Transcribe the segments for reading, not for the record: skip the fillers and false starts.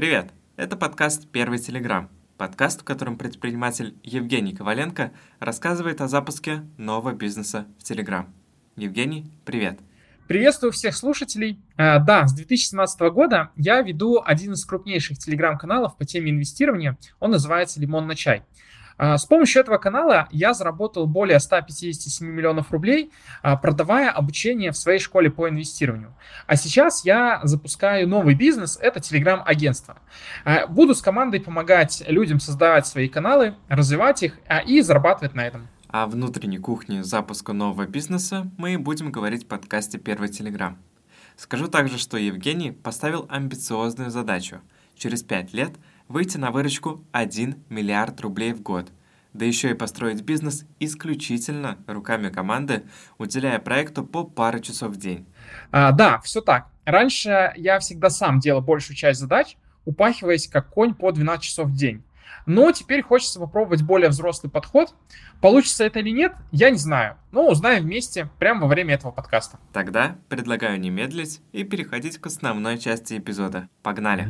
Привет! Это подкаст «Первый Телеграм». Подкаст, в котором предприниматель Евгений Коваленко рассказывает о запуске нового бизнеса в Телеграм. Евгений, привет! Приветствую всех слушателей. Да, с 2017 года я веду один из крупнейших телеграм-каналов по теме инвестирования. Он называется «Лимон на чай». С помощью этого канала я заработал более 157 миллионов рублей, продавая обучение в своей школе по инвестированию. А сейчас я запускаю новый бизнес, это телеграм-агентство. Буду с командой помогать людям создавать свои каналы, развивать их и зарабатывать на этом. О внутренней кухне запуска нового бизнеса мы будем говорить в подкасте «Первый Телеграм». Скажу также, что Евгений поставил амбициозную задачу – через 5 лет выйти на выручку 1 миллиард рублей в год, да еще и построить бизнес исключительно руками команды, уделяя проекту по пару часов в день. Да, все так. Раньше я всегда сам делал большую часть задач, упахиваясь как конь по 12 часов в день. Но теперь хочется попробовать более взрослый подход. Получится это или нет, я не знаю. Но узнаем вместе прямо во время этого подкаста. Тогда предлагаю не медлить и переходить к основной части эпизода. Погнали!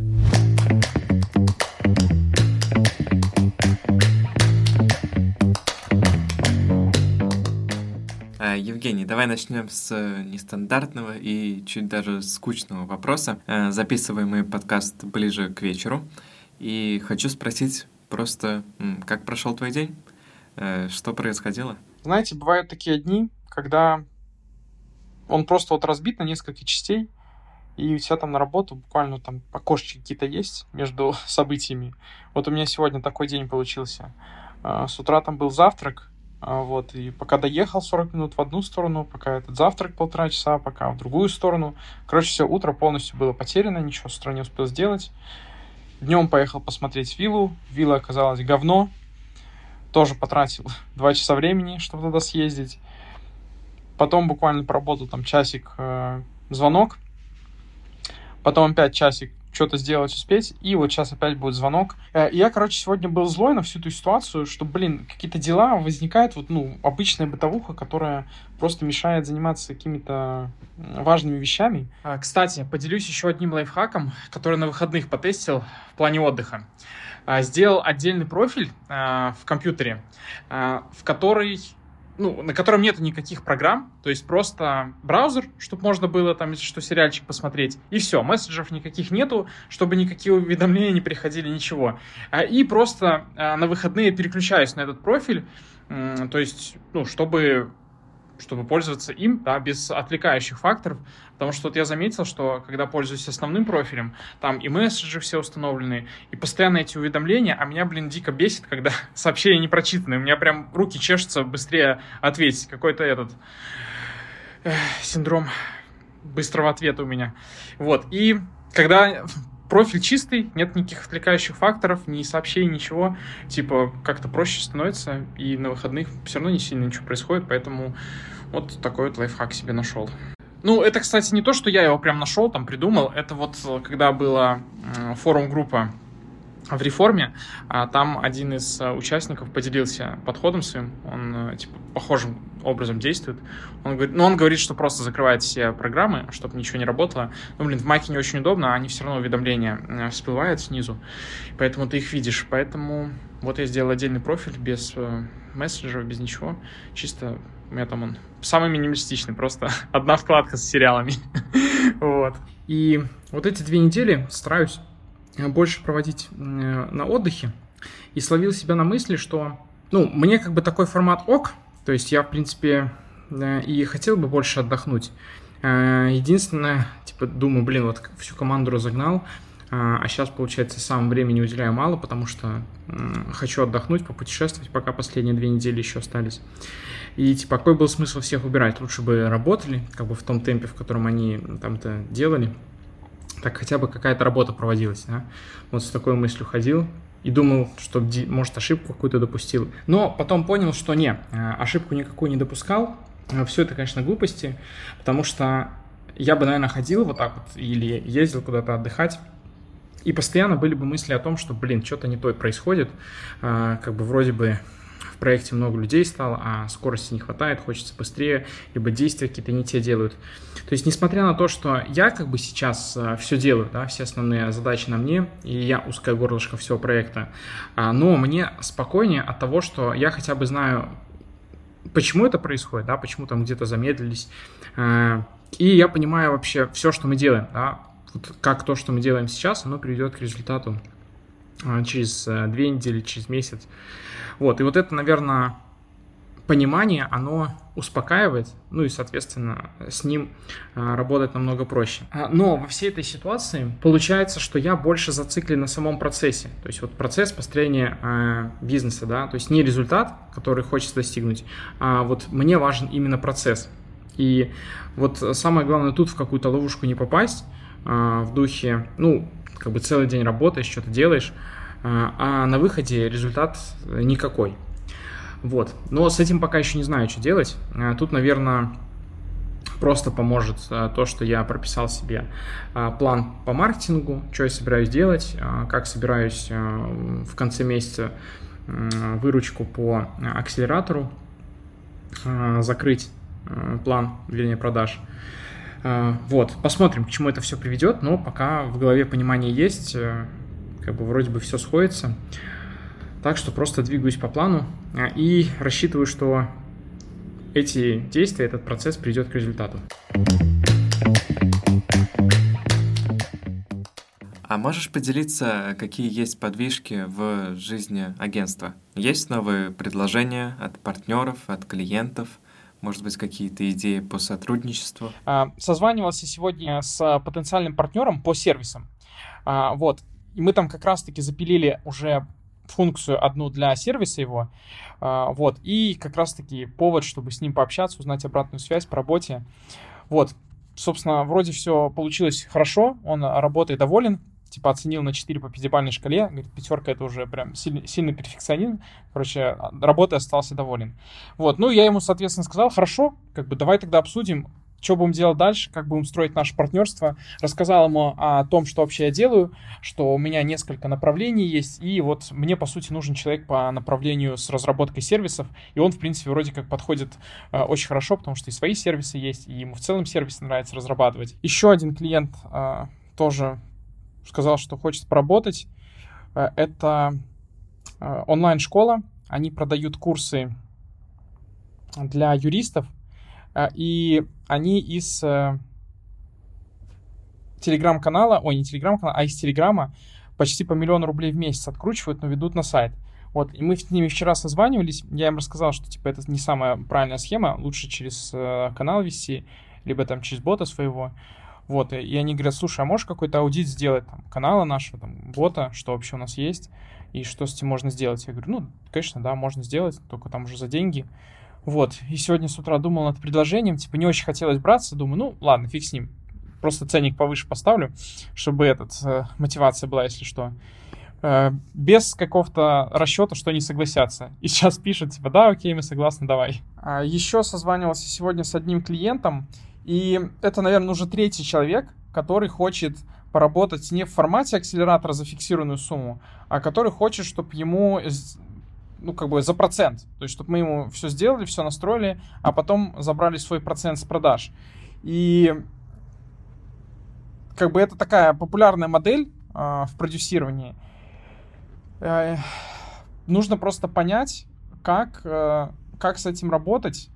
Евгений, давай начнем с нестандартного и чуть даже скучного вопроса. Записываем мы подкаст ближе к вечеру. И хочу спросить просто, как прошел твой день? Что происходило? Знаете, бывают такие дни, когда он просто вот разбит на несколько частей, и у тебя там на работу буквально там окошечки какие-то есть между событиями. Вот у меня сегодня такой день получился. С утра там был завтрак, и пока доехал 40 минут в одну сторону, пока этот завтрак 1,5 часа, пока в другую сторону. Короче, все утро полностью было потеряно, ничего с утра не успел сделать. Днем поехал посмотреть виллу. Вилла оказалась говно. Тоже потратил 2 часа времени, чтобы туда съездить. Потом буквально поработал там часик, звонок. Потом опять часик что-то сделать, успеть. И вот сейчас опять будет звонок. Я, сегодня был злой на всю эту ситуацию, что, какие-то дела возникают, обычная бытовуха, которая просто мешает заниматься какими-то важными вещами. Кстати, поделюсь еще одним лайфхаком, который на выходных потестил в плане отдыха. Сделал отдельный профиль в компьютере, на котором нету никаких программ, то есть просто браузер, чтобы можно было там, если что, сериальчик посмотреть, и все, мессенджеров никаких нету, чтобы никакие уведомления не приходили, ничего. И просто на выходные переключаюсь на этот профиль, то есть, чтобы пользоваться им, да, без отвлекающих факторов, потому что вот я заметил, что когда пользуюсь основным профилем, там и месседжи все установлены, и постоянно эти уведомления, а меня, дико бесит, когда сообщения не прочитаны, у меня прям руки чешутся быстрее ответить, какой-то синдром быстрого ответа у меня. И когда профиль чистый, нет никаких отвлекающих факторов, ни сообщений, ничего. Как-то проще становится, и на выходных все равно не сильно ничего происходит, поэтому вот такой вот лайфхак себе нашел. Это, кстати, не то, что я его прям нашел, там придумал. Это когда была форум-группа в реформе, там один из участников поделился подходом своим, он похожим образом действует. Он говорит, что просто закрывает все программы, чтобы ничего не работало. В Маке не очень удобно, они все равно уведомления всплывают снизу, поэтому ты их видишь. Поэтому вот я сделал отдельный профиль без мессенджеров, без ничего. Чисто у меня там он самый минималистичный, просто одна вкладка с сериалами. И вот эти 2 недели стараюсь больше проводить на отдыхе, и словил себя на мысли, что, мне такой формат ок, то есть я, в принципе, и хотел бы больше отдохнуть. Единственное, думаю, всю команду разогнал, а сейчас, получается, сам времени уделяю мало, потому что хочу отдохнуть, попутешествовать, пока последние 2 недели еще остались. И, какой был смысл всех убирать? Лучше бы работали, в том темпе, в котором они там-то делали. Так хотя бы какая-то работа проводилась, да? Вот с такой мыслью ходил и думал, что, может, ошибку какую-то допустил. Но потом понял, что ошибку никакую не допускал. Все это, конечно, глупости, потому что я бы, наверное, ходил вот так вот или ездил куда-то отдыхать, и постоянно были бы мысли о том, что, что-то не то происходит, вроде бы в проекте много людей стало, а скорости не хватает, хочется быстрее, либо действия какие-то не те делают. То есть, несмотря на то, что я как бы сейчас все делаю, да, все основные задачи на мне, и я узкое горлышко всего проекта, но мне спокойнее от того, что я хотя бы знаю, почему это происходит, да, почему там где-то замедлились, и я понимаю вообще все, что мы делаем, да, вот как то, что мы делаем сейчас, оно приведет к результату через 2 недели, через месяц. Вот, и вот это, наверное, понимание, оно успокаивает, ну и, соответственно, с ним работать намного проще. Но во всей этой ситуации получается, что я больше зациклен на самом процессе. То есть вот процесс построения бизнеса, да, то есть не результат, который хочется достигнуть, а вот мне важен именно процесс. И вот самое главное тут в какую-то ловушку не попасть, в духе, ну, как бы целый день работаешь, что-то делаешь, а на выходе результат никакой. Вот. Но с этим пока еще не знаю, что делать. Тут, наверное, просто поможет то, что я прописал себе план по маркетингу, что я собираюсь делать, как собираюсь в конце месяца выручку по акселератору закрыть, план, вернее, продаж. Вот, посмотрим, к чему это все приведет, но пока в голове понимание есть, как бы вроде бы все сходится. Так что просто двигаюсь по плану и рассчитываю, что эти действия, этот процесс приведет к результату. А можешь поделиться, какие есть подвижки в жизни агентства? Есть новые предложения от партнеров, от клиентов? Может быть, какие-то идеи по сотрудничеству? Созванивался сегодня с потенциальным партнером по сервисам. Вот. И мы там как раз-таки запилили уже функцию одну для сервиса его. Вот. И как раз-таки повод, чтобы с ним пообщаться, узнать обратную связь по работе. Вот. Собственно, вроде все получилось хорошо. Он работой доволен. Типа оценил на 4 по 5-бальной шкале. Говорит, 5 это уже прям сильный перфекционизм. Короче, работой остался доволен. Вот, ну я ему, соответственно, сказал, хорошо, как бы давай тогда обсудим, что будем делать дальше, как будем строить наше партнерство. Рассказал ему о том, что вообще я делаю, что у меня несколько направлений есть, и вот мне, по сути, нужен человек по направлению с разработкой сервисов, и он, в принципе, вроде как подходит очень хорошо, потому что и свои сервисы есть, и ему в целом сервисы нравится разрабатывать. Еще один клиент тоже сказал, что хочет поработать. Это онлайн-школа. Они продают курсы для юристов. И они из телеграм-канала, ой, не телеграм-канала, а из телеграма почти по 1 000 000 рублей в месяц откручивают, но ведут на сайт. Вот, и мы с ними вчера созванивались. Я им рассказал, что типа это не самая правильная схема. Лучше через канал вести, либо там через бота своего. Вот, и они говорят, слушай, а можешь какой-то аудит сделать там, канала нашего, там, бота, что вообще у нас есть, и что с этим можно сделать? Я говорю, ну, конечно, да, можно сделать, только там уже за деньги. Вот, и сегодня с утра думал над предложением, типа, не очень хотелось браться, думаю, ну, ладно, фиг с ним, просто ценник повыше поставлю, чтобы мотивация была, если что. Без какого-то расчета, что не согласятся. И сейчас пишут, типа, да, окей, мы согласны, давай. Еще созванивался сегодня с одним клиентом, и это, наверное, уже 3-й человек, который хочет поработать не в формате акселератора за фиксированную сумму, а который хочет, чтобы ему, ну, как бы за процент. То есть, чтобы мы ему все сделали, все настроили, а потом забрали свой процент с продаж. И как бы это такая популярная модель в продюсировании. Нужно просто понять, как с этим работать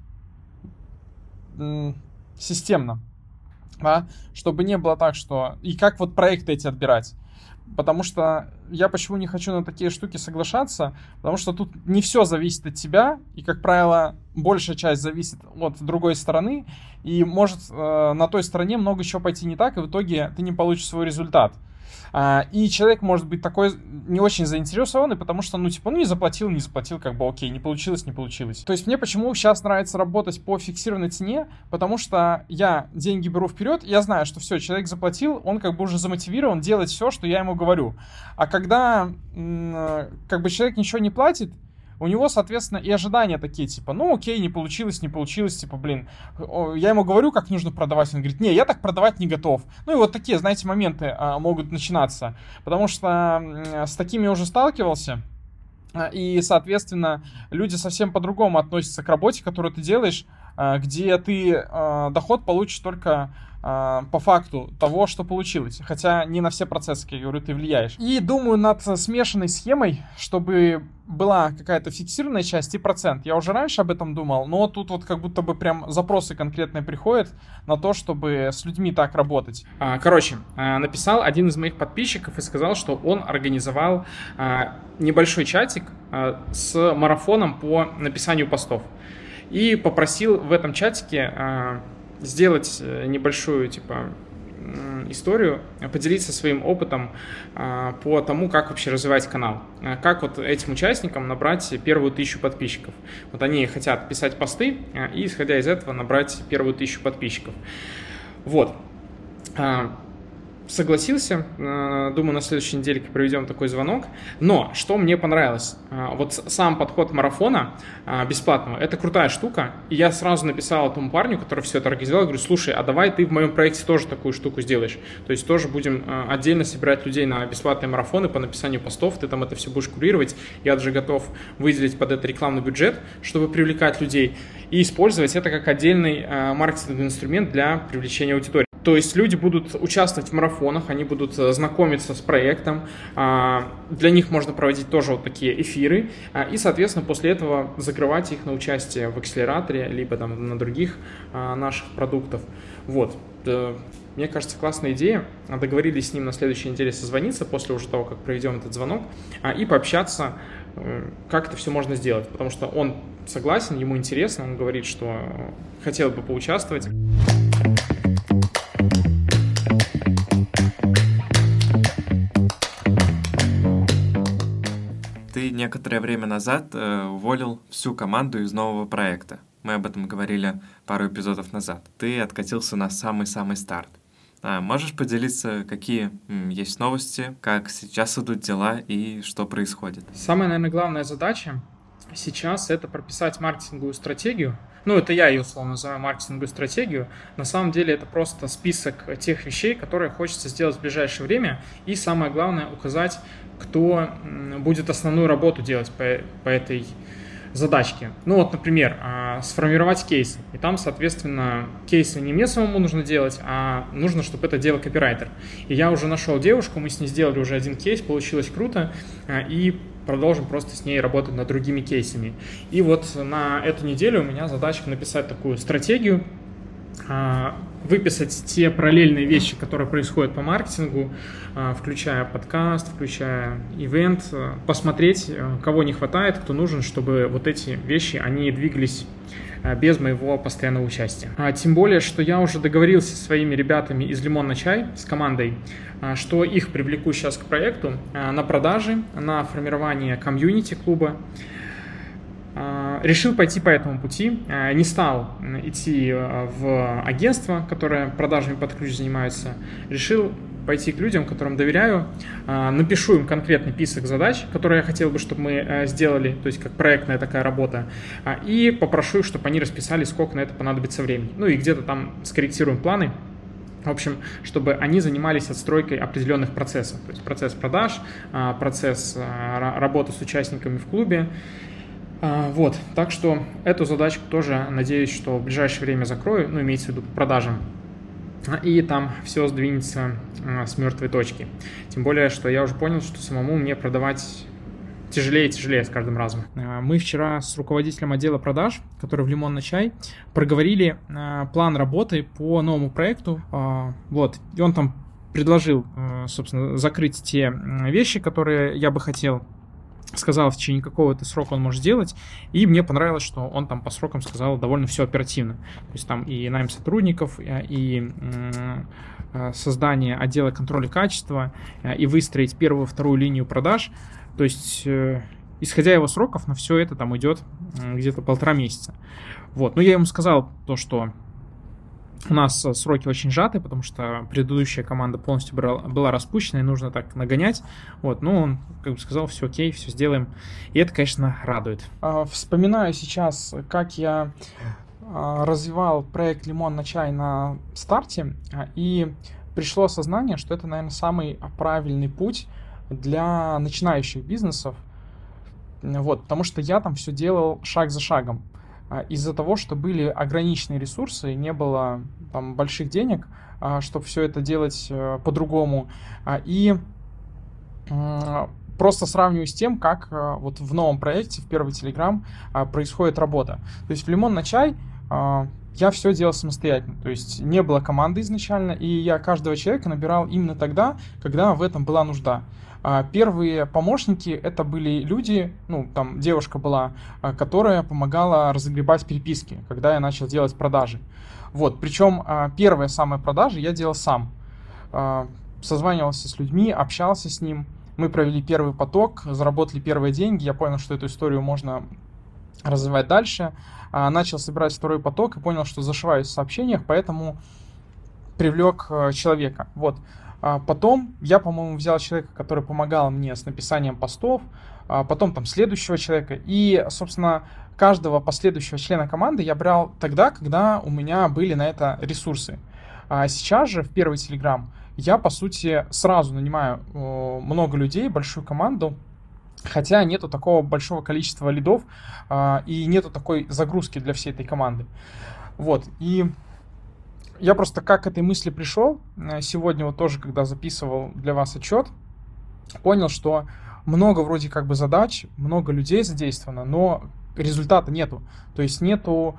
системно, да? Чтобы не было так, что... И как вот проекты эти отбирать. Потому что я почему не хочу на такие штуки соглашаться, потому что тут не все зависит от тебя, и, как правило, большая часть зависит от другой стороны, и может на той стороне много чего пойти не так, и в итоге ты не получишь свой результат. И человек может быть такой не очень заинтересованный, потому что, не заплатил, как бы окей, не получилось. То есть мне почему сейчас нравится работать по фиксированной цене, потому что я деньги беру вперед, я знаю, что все, человек заплатил, он как бы уже замотивирован делать все, что я ему говорю. А когда как бы человек ничего не платит, у него, соответственно, и ожидания такие, типа, ну окей, не получилось, типа, блин, я ему говорю, как нужно продавать, он говорит, не, я так продавать не готов. Ну и вот такие, знаете, моменты могут начинаться, потому что с такими уже сталкивался, И, соответственно, люди совсем по-другому относятся к работе, которую ты делаешь, где ты доход получишь только по факту того, что получилось. Хотя не на все процессы, как я говорю, ты влияешь. И думаю над смешанной схемой, чтобы была какая-то фиксированная часть и процент. Я уже раньше об этом думал, но тут вот как будто бы прям запросы конкретные приходят на то, чтобы с людьми так работать. Короче, написал один из моих подписчиков и сказал, что он организовал небольшой чатик с марафоном по написанию постов. И попросил в этом чатике сделать небольшую, историю, поделиться своим опытом по тому, как вообще развивать канал. Как вот этим участникам набрать первую 1000 подписчиков. Вот они хотят писать посты и, исходя из этого, набрать первую 1000 подписчиков. Вот. Согласился, думаю, на следующей неделе проведем такой звонок. Но что мне понравилось, вот сам подход марафона бесплатного, это крутая штука. И я сразу написал этому парню, который все это организовал, говорю: слушай, а давай ты в моем проекте тоже такую штуку сделаешь. То есть тоже будем отдельно собирать людей на бесплатные марафоны по написанию постов, ты там это все будешь курировать. Я даже готов выделить под это рекламный бюджет, чтобы привлекать людей, и использовать это как отдельный маркетинговый инструмент для привлечения аудитории. То есть люди будут участвовать в марафонах, они будут знакомиться с проектом, для них можно проводить тоже вот такие эфиры, и, соответственно, после этого закрывать их на участие в акселераторе, либо там на других наших продуктах. Вот. Мне кажется, классная идея. Договорились с ним на следующей неделе созвониться после уже того, как проведем этот звонок, и пообщаться, как это все можно сделать. Потому что он согласен, ему интересно, он говорит, что хотел бы поучаствовать. Ты некоторое время назад уволил всю команду из нового проекта. Мы об этом говорили пару эпизодов назад. Ты откатился на самый-самый старт. Можешь поделиться, какие есть новости, как сейчас идут дела и что происходит? Самая, наверное, главная задача сейчас — это прописать маркетинговую стратегию. Это я ее условно называю маркетинговую стратегию. На самом деле это просто список тех вещей, которые хочется сделать в ближайшее время. И самое главное — указать, кто будет основную работу делать по этой задачке. Например, сформировать кейсы. И там, соответственно, кейсы не мне самому нужно делать, а нужно, чтобы это делал копирайтер. И я уже нашел девушку, мы с ней сделали уже один кейс, получилось круто, и продолжим просто с ней работать над другими кейсами. И вот на эту неделю у меня задачка написать такую стратегию, выписать те параллельные вещи, которые происходят по маркетингу, включая подкаст, включая ивент, посмотреть, кого не хватает, кто нужен, чтобы вот эти вещи, они двигались без моего постоянного участия. Тем более, что я уже договорился со своими ребятами из Лимон на чай, с командой, что их привлеку сейчас к проекту на продажи, на формирование комьюнити клуба. Решил пойти по этому пути, не стал идти в агентство, которое продажами под ключ занимается, решил пойти к людям, которым доверяю, напишу им конкретный список задач, которые я хотел бы, чтобы мы сделали, то есть как проектная такая работа, и попрошу их, чтобы они расписали, сколько на это понадобится времени. И где-то там скорректируем планы. В общем, чтобы они занимались отстройкой определенных процессов, то есть процесс продаж, процесс работы с участниками в клубе. Вот, так что эту задачку тоже, надеюсь, что в ближайшее время закрою, имеется в виду по продажам, и там все сдвинется с мертвой точки. Тем более, что я уже понял, что самому мне продавать тяжелее и тяжелее с каждым разом. Мы вчера с руководителем отдела продаж, который в Лимон на чай, проговорили план работы по новому проекту, вот, и он там предложил, собственно, закрыть те вещи, которые я бы хотел. Сказал, в течение какого-то срока он может сделать, и мне понравилось, что он там по срокам сказал довольно все оперативно. То есть там и найм сотрудников, и создание отдела контроля качества, и выстроить первую, вторую линию продаж. То есть, исходя его сроков, на все это там уйдет где-то 1,5 месяца. Вот. Я ему сказал то, что у нас сроки очень сжаты, потому что предыдущая команда полностью была распущена, и нужно так нагонять. Вот, он сказал, все окей, все сделаем. И это, конечно, радует. Вспоминаю сейчас, как я развивал проект «Лимон на чай» на старте, и пришло осознание, что это, наверное, самый правильный путь для начинающих бизнесов. Вот, потому что я там все делал шаг за шагом. Из-за того, что были ограниченные ресурсы, не было там больших денег, чтобы все это делать по-другому. И просто сравниваю с тем, как вот в новом проекте, в Первый Телеграм, происходит работа. То есть в Лимон на чай я все делал самостоятельно. То есть не было команды изначально, и я каждого человека набирал именно тогда, когда в этом была нужда. Первые помощники это были люди, там девушка была, которая помогала разогревать переписки, когда я начал делать продажи. Вот, причем первые самые продажи я делал сам. Созванивался с людьми, общался с ним. Мы провели первый поток, заработали первые деньги. Я понял, что эту историю можно развивать дальше. Начал собирать второй поток и понял, что зашиваюсь в сообщениях, поэтому привлек человека. Вот. Потом я, по-моему, взял человека, который помогал мне с написанием постов, потом там следующего человека. И, собственно, каждого последующего члена команды я брал тогда, когда у меня были на это ресурсы. А сейчас же в Первый Телеграм я, по сути, сразу нанимаю много людей, большую команду, хотя нету такого большого количества лидов и нету такой загрузки для всей этой команды. Вот, и я просто как к этой мысли пришел, сегодня вот тоже, когда записывал для вас отчет, понял, что много вроде как бы задач, много людей задействовано, но результата нету. То есть нету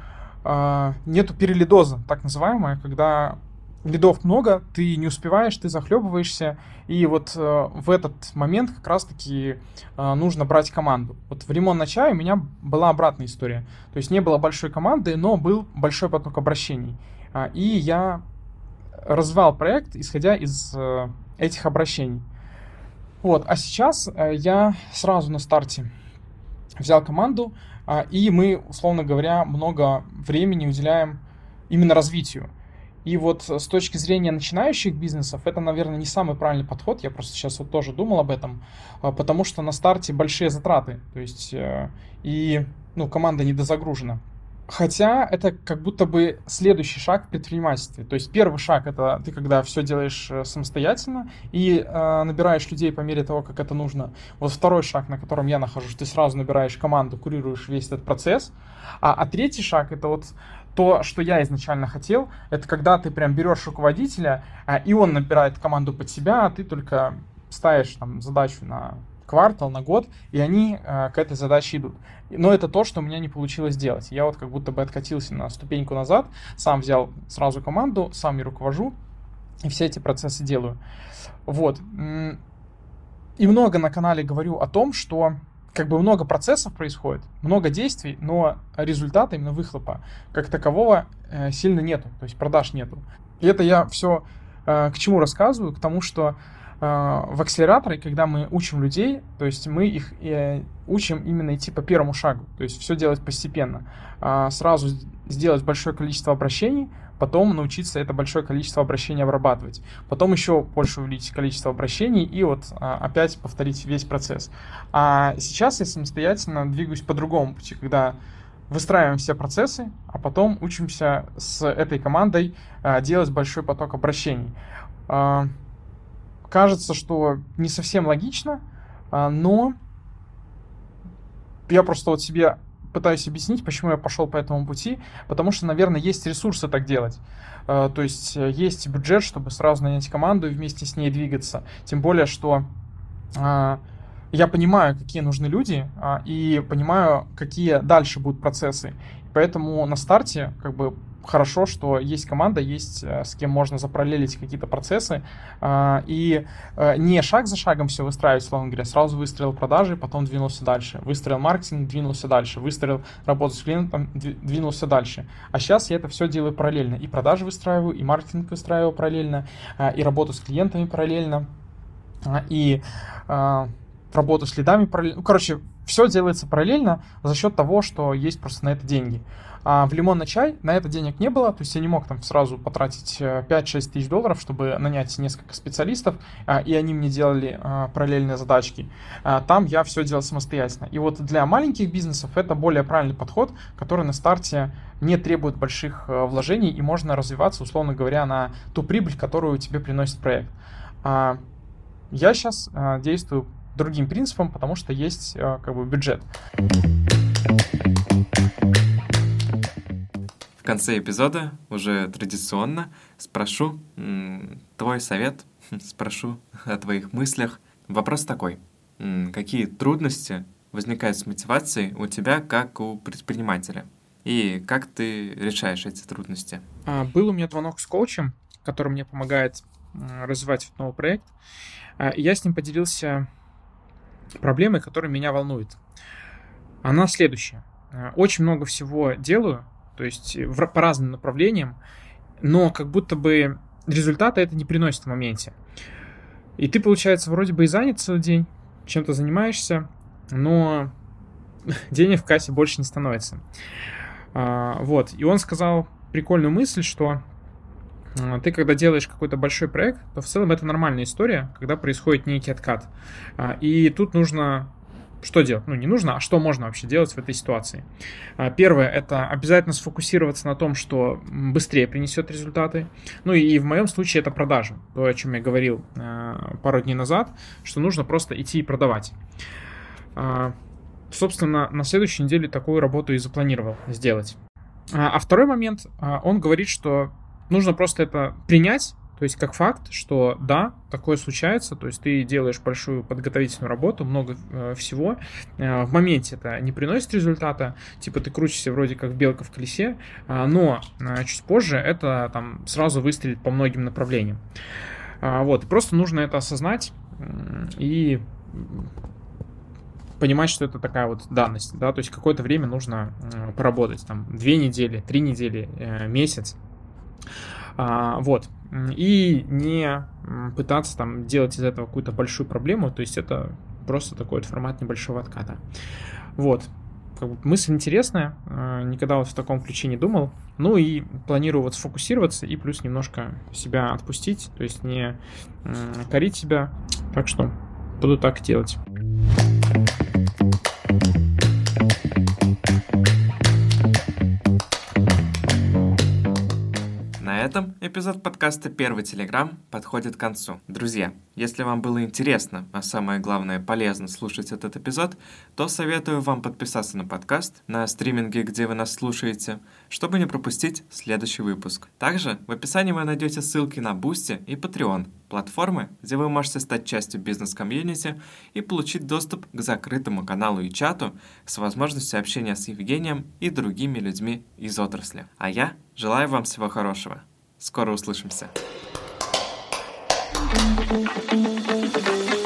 перелидоза, так называемая, когда лидов много, ты не успеваешь, ты захлебываешься, и вот в этот момент как раз-таки нужно брать команду. Вот в Ремонт на чай у меня была обратная история. То есть не было большой команды, но был большой поток обращений. И я развивал проект, исходя из этих обращений. Вот. А сейчас я сразу на старте взял команду, и мы, условно говоря, много времени уделяем именно развитию. И вот с точки зрения начинающих бизнесов, это, наверное, не самый правильный подход. Я просто сейчас вот тоже думал об этом, потому что на старте большие затраты, то есть и команда недозагружена. Хотя это как будто бы следующий шаг в предпринимательстве. То есть первый шаг — это ты когда все делаешь самостоятельно и набираешь людей по мере того, как это нужно. Вот второй шаг, на котором я нахожусь, ты сразу набираешь команду, курируешь весь этот процесс. А третий шаг — это вот то, что я изначально хотел, это когда ты прям берешь руководителя, и он набирает команду под себя, а ты только ставишь там задачу на квартал, на год, и они к этой задаче идут. Но это то, что у меня не получилось сделать. Я вот как будто бы откатился на ступеньку назад, сам взял сразу команду, сам ее руковожу, и все эти процессы делаю. Вот. И много на канале говорю о том, что как бы много процессов происходит, много действий, но результата, именно выхлопа, как такового сильно нету, то есть продаж нету. И это я все к чему рассказываю? К тому, что в акселераторе, когда мы учим людей, то есть мы их учим именно идти по первому шагу, то есть все делать постепенно. Сразу сделать большое количество обращений, потом научиться это большое количество обращений обрабатывать, потом еще больше увеличить количество обращений и вот опять повторить весь процесс. А сейчас я самостоятельно двигаюсь по другому пути, когда выстраиваем все процессы, а потом учимся с этой командой делать большой поток обращений. Кажется, что не совсем логично, но я просто вот себе пытаюсь объяснить, почему я пошел по этому пути, потому что, наверное, есть ресурсы так делать. То есть есть бюджет, чтобы сразу нанять команду и вместе с ней двигаться. Тем более, что я понимаю, какие нужны люди, и понимаю, какие дальше будут процессы. Поэтому на старте как бы хорошо, что есть команда, есть с кем можно запараллелить какие-то процессы и не шаг за шагом все выстраивать, условно говоря, сразу выстроил продажи, потом двинулся дальше, выстроил маркетинг, двинулся дальше, выстроил работу с клиентом, двинулся дальше. А сейчас я это все делаю параллельно, и продажи выстраиваю, и маркетинг выстраиваю параллельно, и работу с клиентами параллельно, и работу с лидами параллельно. Все делается параллельно за счет того, что есть просто на это деньги. А в Лимон на чай на это денег не было, то есть я не мог там сразу потратить 5-6 тысяч долларов, чтобы нанять несколько специалистов, и они мне делали параллельные задачки. Там я все делал самостоятельно. И вот для маленьких бизнесов это более правильный подход, который на старте не требует больших вложений, и можно развиваться, условно говоря, на ту прибыль, которую тебе приносит проект. Я сейчас действую другим принципам, потому что есть как бы бюджет. В конце эпизода уже традиционно спрошу твой совет, спрошу о твоих мыслях. Вопрос такой. Какие трудности возникают с мотивацией у тебя, как у предпринимателя? И как ты решаешь эти трудности? Был у меня звонок с коучем, который мне помогает развивать этот новый проект. Я с ним поделился проблемой, которая меня волнует. Она следующая. Очень много всего делаю, то есть по разным направлениям, но как будто бы результата это не приносит в моменте. И ты, получается, вроде бы и занят целый день, чем-то занимаешься, но денег в кассе больше не становится. Вот. И он сказал прикольную мысль, что ты, когда делаешь какой-то большой проект, то в целом это нормальная история, когда происходит некий откат. И тут нужно что делать? Не нужно, а что можно вообще делать в этой ситуации? Первое, это обязательно сфокусироваться на том, что быстрее принесет результаты. И в моем случае это продажи. То, о чем я говорил пару дней назад, что нужно просто идти и продавать. Собственно, на следующей неделе такую работу и запланировал сделать. А второй момент, он говорит, что нужно просто это принять, то есть как факт, что да, такое случается, то есть ты делаешь большую подготовительную работу, много всего, в моменте это не приносит результата, типа ты крутишься вроде как белка в колесе, но чуть позже это там сразу выстрелит по многим направлениям. Вот, просто нужно это осознать и понимать, что это такая вот данность, да, то есть какое-то время нужно поработать, там 2 недели, 3 недели, месяц. Вот. И не пытаться там делать из этого какую-то большую проблему, то есть это просто такой вот формат небольшого отката. Вот. Как бы мысль интересная, никогда вот в таком ключе не думал. И планирую вот сфокусироваться и плюс немножко себя отпустить, то есть не корить себя. Так что буду так делать. На этом эпизод подкаста «Первый Телеграм» подходит к концу. Друзья, если вам было интересно, а самое главное полезно слушать этот эпизод, то советую вам подписаться на подкаст на стриминге, где вы нас слушаете, чтобы не пропустить следующий выпуск. Также в описании вы найдете ссылки на Boosty и Patreon, платформы, где вы можете стать частью бизнес-комьюнити и получить доступ к закрытому каналу и чату с возможностью общения с Евгением и другими людьми из отрасли. А я желаю вам всего хорошего. Скоро услышимся.